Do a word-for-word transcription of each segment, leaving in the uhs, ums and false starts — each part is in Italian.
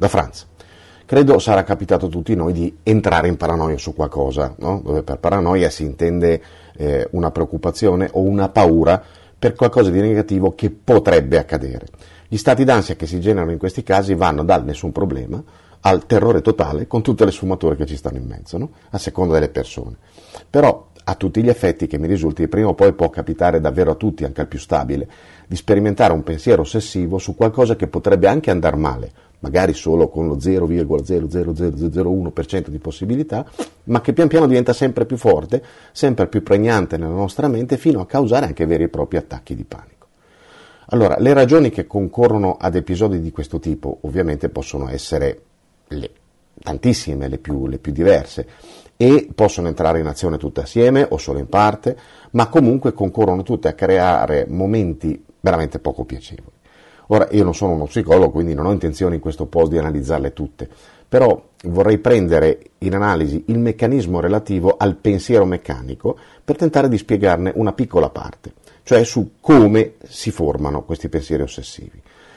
da Franz. Credo sarà capitato a tutti noi di entrare in paranoia su qualcosa, no? Dove per paranoia si intende eh, una preoccupazione o una paura per qualcosa di negativo che potrebbe accadere. Gli stati d'ansia che si generano in questi casi vanno dal nessun problema al terrore totale, con tutte le sfumature che ci stanno in mezzo, no? A seconda delle persone. Però a tutti gli effetti che mi risulti, prima o poi può capitare davvero a tutti, anche al più stabile, di sperimentare un pensiero ossessivo su qualcosa che potrebbe anche andare male, magari solo con lo zero virgola zero zero zero zero uno per cento di possibilità, ma che pian piano diventa sempre più forte, sempre più pregnante nella nostra mente, fino a causare anche veri e propri attacchi di panico. Allora, le ragioni che concorrono ad episodi di questo tipo ovviamente possono essere le, tantissime, le più, le più diverse, e possono entrare in azione tutte assieme o solo in parte, ma comunque concorrono tutte a creare momenti veramente poco piacevoli. Ora, io non sono uno psicologo, quindi non ho intenzione in questo post di analizzarle tutte, però vorrei prendere in analisi il meccanismo relativo al pensiero meccanico per tentare di spiegarne una piccola parte, cioè su come si formano questi pensieri ossessivi.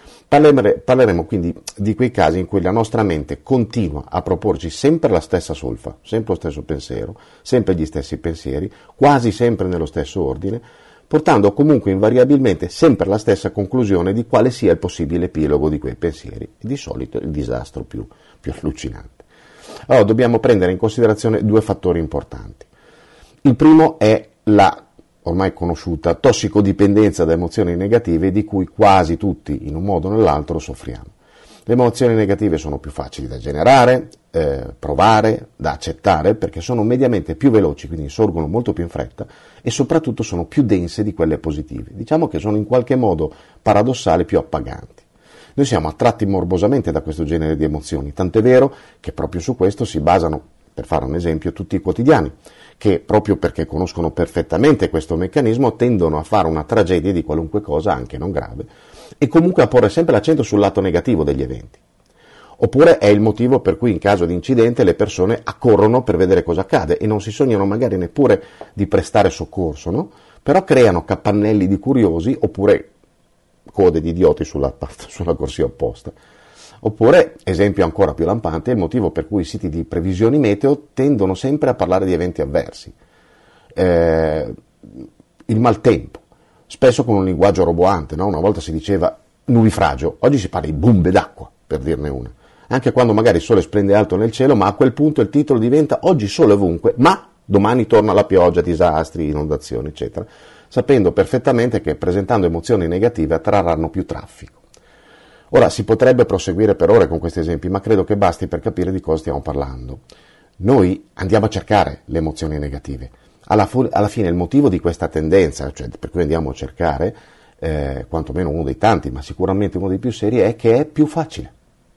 Parleremo quindi di quei casi in cui la nostra mente continua a proporci sempre la stessa solfa, sempre lo stesso pensiero, sempre gli stessi pensieri, quasi sempre nello stesso ordine, portando comunque invariabilmente sempre la stessa conclusione di quale sia il possibile epilogo di quei pensieri, e di solito il disastro più, più allucinante. Allora, dobbiamo prendere in considerazione due fattori importanti. Il primo è la ormai conosciuta tossicodipendenza da emozioni negative, di cui quasi tutti, in un modo o nell'altro, soffriamo. Le emozioni negative sono più facili da generare, eh, provare, da accettare, perché sono mediamente più veloci, quindi sorgono molto più in fretta, e soprattutto sono più dense di quelle positive. Diciamo che sono in qualche modo paradossali, più appaganti. Noi siamo attratti morbosamente da questo genere di emozioni, tanto è vero che proprio su questo si basano, per fare un esempio, tutti i quotidiani, che proprio perché conoscono perfettamente questo meccanismo tendono a fare una tragedia di qualunque cosa, anche non grave, e comunque a porre sempre l'accento sul lato negativo degli eventi. Oppure è il motivo per cui in caso di incidente le persone accorrono per vedere cosa accade e non si sognano magari neppure di prestare soccorso, no? Però creano capannelli di curiosi oppure code di idioti sulla, sulla corsia opposta. Oppure, esempio ancora più lampante, è il motivo per cui i siti di previsioni meteo tendono sempre a parlare di eventi avversi. Eh, il maltempo, spesso con un linguaggio roboante, no? Una volta si diceva nubifragio, oggi si parla di bombe d'acqua, per dirne una. Anche quando magari il sole splende alto nel cielo, ma a quel punto il titolo diventa oggi sole ovunque, ma domani torna la pioggia, disastri, inondazioni, eccetera, sapendo perfettamente che presentando emozioni negative attrarranno più traffico. Ora, si potrebbe proseguire per ore con questi esempi, ma credo che basti per capire di cosa stiamo parlando. Noi andiamo a cercare le emozioni negative. Alla, fu- alla fine il motivo di questa tendenza, cioè per cui andiamo a cercare, eh, quantomeno uno dei tanti, ma sicuramente uno dei più seri, è che è più facile.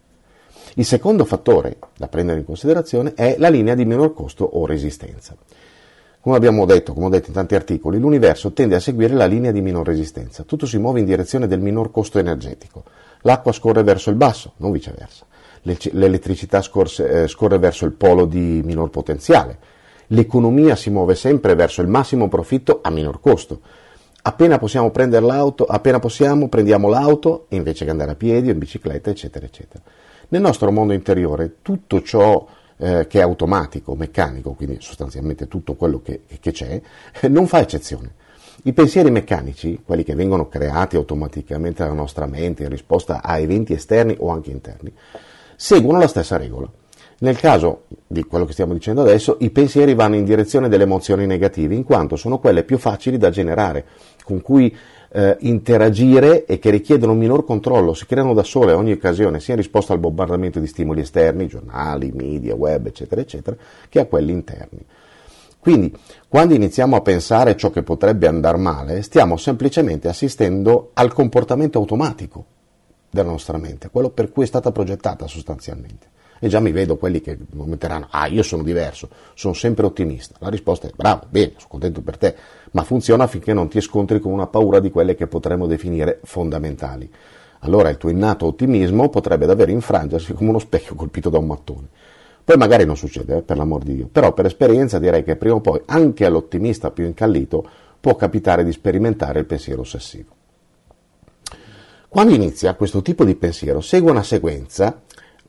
Il secondo fattore da prendere in considerazione è la linea di minor costo o resistenza. Come abbiamo detto, come ho detto in tanti articoli, l'universo tende a seguire la linea di minor resistenza. Tutto si muove in direzione del minor costo energetico. L'acqua scorre verso il basso, non viceversa. L'elettricità scorse, eh, scorre verso il polo di minor potenziale. L'economia si muove sempre verso il massimo profitto a minor costo. Appena possiamo prendere l'auto, appena possiamo prendiamo l'auto invece che andare a piedi o in bicicletta, eccetera, eccetera. Nel nostro mondo interiore tutto ciò eh, che è automatico, meccanico, quindi sostanzialmente tutto quello che, che c'è, eh, non fa eccezione. I pensieri meccanici, quelli che vengono creati automaticamente dalla nostra mente in risposta a eventi esterni o anche interni, seguono la stessa regola. Nel caso di quello che stiamo dicendo adesso, i pensieri vanno in direzione delle emozioni negative, in quanto sono quelle più facili da generare, con cui eh, interagire e che richiedono un minor controllo, si creano da sole a ogni occasione, sia in risposta al bombardamento di stimoli esterni, giornali, media, web, eccetera, eccetera, che a quelli interni. Quindi, quando iniziamo a pensare ciò che potrebbe andare male, stiamo semplicemente assistendo al comportamento automatico della nostra mente, quello per cui è stata progettata sostanzialmente. E già mi vedo quelli che metteranno, ah, io sono diverso, sono sempre ottimista. La risposta è, bravo, bene, sono contento per te, ma funziona finché non ti scontri con una paura di quelle che potremmo definire fondamentali. Allora il tuo innato ottimismo potrebbe davvero infrangersi come uno specchio colpito da un mattone. Poi magari non succede, eh, per l'amor di Dio, però per esperienza direi che prima o poi anche all'ottimista più incallito può capitare di sperimentare il pensiero ossessivo. Quando inizia questo tipo di pensiero segue una sequenza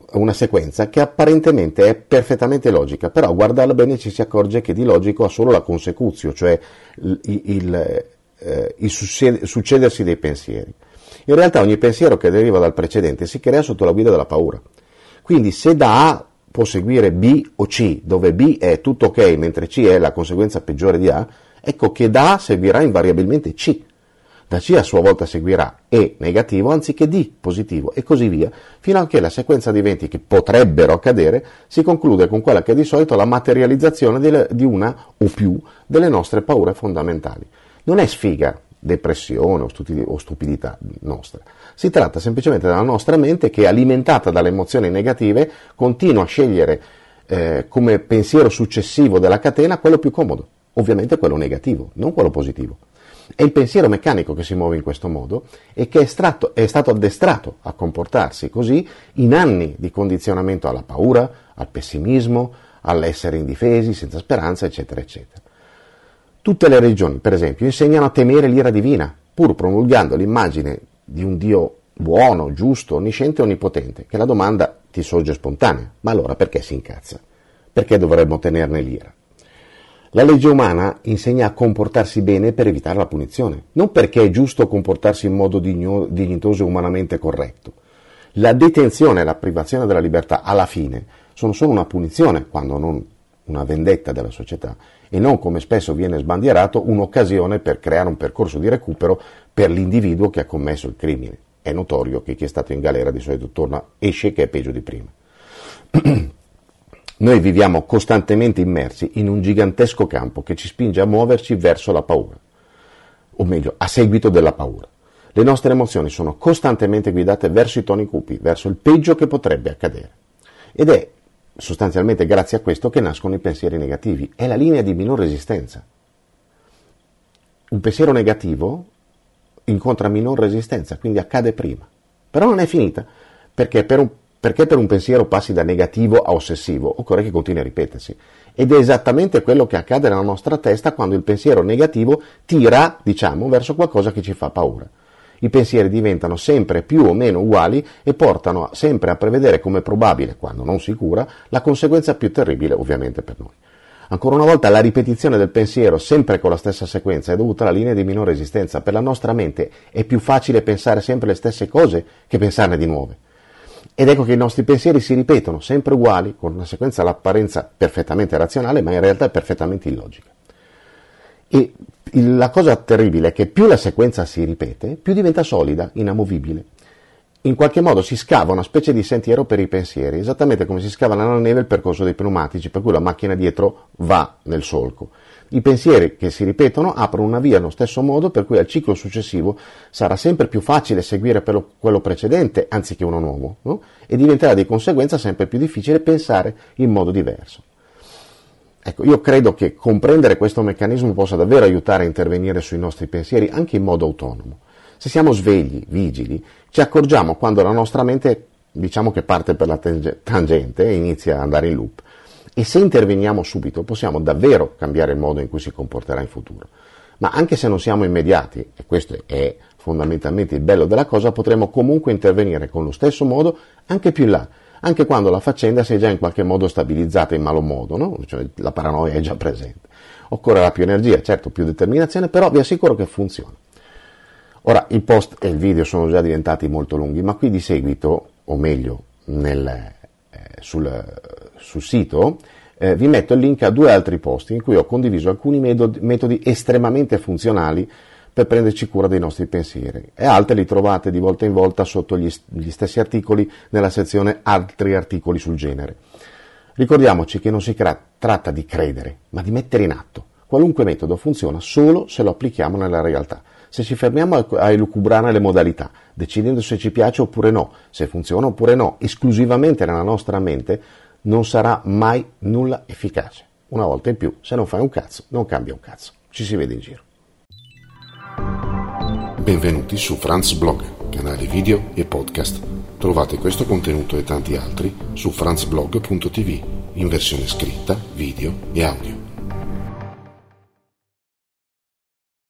una sequenza che apparentemente è perfettamente logica, però a guardarla bene ci si accorge che di logico ha solo la consecutio, cioè il, il, eh, il succedersi dei pensieri. In realtà ogni pensiero che deriva dal precedente si crea sotto la guida della paura. Quindi se da A può seguire B o C, dove B è tutto ok mentre C è la conseguenza peggiore di A, ecco che da A seguirà invariabilmente C. Da C a sua volta seguirà E negativo anziché D positivo e così via, fino a che la sequenza di eventi che potrebbero accadere si conclude con quella che è di solito la materializzazione di una o più delle nostre paure fondamentali. Non è sfiga, depressione o stupidità nostra. Si tratta semplicemente della nostra mente che, alimentata dalle emozioni negative, continua a scegliere eh, come pensiero successivo della catena quello più comodo, ovviamente quello negativo, non quello positivo. È il pensiero meccanico che si muove in questo modo e che è, stratto, è stato addestrato a comportarsi così in anni di condizionamento alla paura, al pessimismo, all'essere indifesi, senza speranza, eccetera, eccetera. Tutte le religioni, per esempio, insegnano a temere l'ira divina, pur promulgando l'immagine di un Dio buono, giusto, onnisciente e onnipotente, che la domanda ti sorge spontanea: ma allora perché si incazza? Perché dovremmo temerne l'ira? La legge umana insegna a comportarsi bene per evitare la punizione, non perché è giusto comportarsi in modo digno, dignitoso e umanamente corretto. La detenzione e la privazione della libertà alla fine sono solo una punizione, quando non una vendetta della società, e non, come spesso viene sbandierato, un'occasione per creare un percorso di recupero per l'individuo che ha commesso il crimine. È notorio che chi è stato in galera di solito torna, esce che è peggio di prima. Noi viviamo costantemente immersi in un gigantesco campo che ci spinge a muoverci verso la paura, o meglio, a seguito della paura. Le nostre emozioni sono costantemente guidate verso i toni cupi, verso il peggio che potrebbe accadere. Ed è sostanzialmente grazie a questo che nascono i pensieri negativi. È la linea di minor resistenza. Un pensiero negativo incontra minor resistenza, quindi accade prima. Però non è finita, perché per un Perché per un pensiero passi da negativo a ossessivo, occorre che continui a ripetersi. Ed è esattamente quello che accade nella nostra testa quando il pensiero negativo tira, diciamo, verso qualcosa che ci fa paura. I pensieri diventano sempre più o meno uguali e portano sempre a prevedere come probabile, quando non sicura, la conseguenza più terribile, ovviamente per noi. Ancora una volta, la ripetizione del pensiero, sempre con la stessa sequenza, è dovuta alla linea di minor resistenza. Per la nostra mente è più facile pensare sempre le stesse cose che pensarne di nuove. Ed ecco che i nostri pensieri si ripetono, sempre uguali, con una sequenza all'apparenza perfettamente razionale, ma in realtà è perfettamente illogica. E la cosa terribile è che più la sequenza si ripete, più diventa solida, inamovibile. In qualche modo si scava una specie di sentiero per i pensieri, esattamente come si scava nella neve il percorso dei pneumatici, per cui la macchina dietro va nel solco. I pensieri che si ripetono aprono una via nello stesso modo, per cui al ciclo successivo sarà sempre più facile seguire quello precedente anziché uno nuovo, no? E diventerà di conseguenza sempre più difficile pensare in modo diverso. Ecco, io credo che comprendere questo meccanismo possa davvero aiutare a intervenire sui nostri pensieri anche in modo autonomo. Se siamo svegli, vigili, ci accorgiamo quando la nostra mente, diciamo che parte per la tangente e inizia ad andare in loop. E se interveniamo subito possiamo davvero cambiare il modo in cui si comporterà in futuro. Ma anche se non siamo immediati, e questo è fondamentalmente il bello della cosa, potremo comunque intervenire con lo stesso modo anche più in là, anche quando la faccenda si è già in qualche modo stabilizzata in malo modo, no? Cioè, la paranoia è già presente. Occorrerà più energia, certo più determinazione, però vi assicuro che funziona. Ora, il post e il video sono già diventati molto lunghi, ma qui di seguito, o meglio, nel, eh, sul, sul sito, eh, vi metto il link a due altri post in cui ho condiviso alcuni metodi, metodi estremamente funzionali per prenderci cura dei nostri pensieri, e altri li trovate di volta in volta sotto gli, gli stessi articoli nella sezione altri articoli sul genere. Ricordiamoci che non si cra- tratta di credere, ma di mettere in atto. Qualunque metodo funziona solo se lo applichiamo nella realtà. Se ci fermiamo a elucubrare le modalità, decidendo se ci piace oppure no, se funziona oppure no, esclusivamente nella nostra mente, non sarà mai nulla efficace. Una volta in più, se non fai un cazzo, non cambia un cazzo. Ci si vede in giro. Benvenuti su Franz Blog, canale video e podcast. Trovate questo contenuto e tanti altri su franzblog punto tv, in versione scritta, video e audio.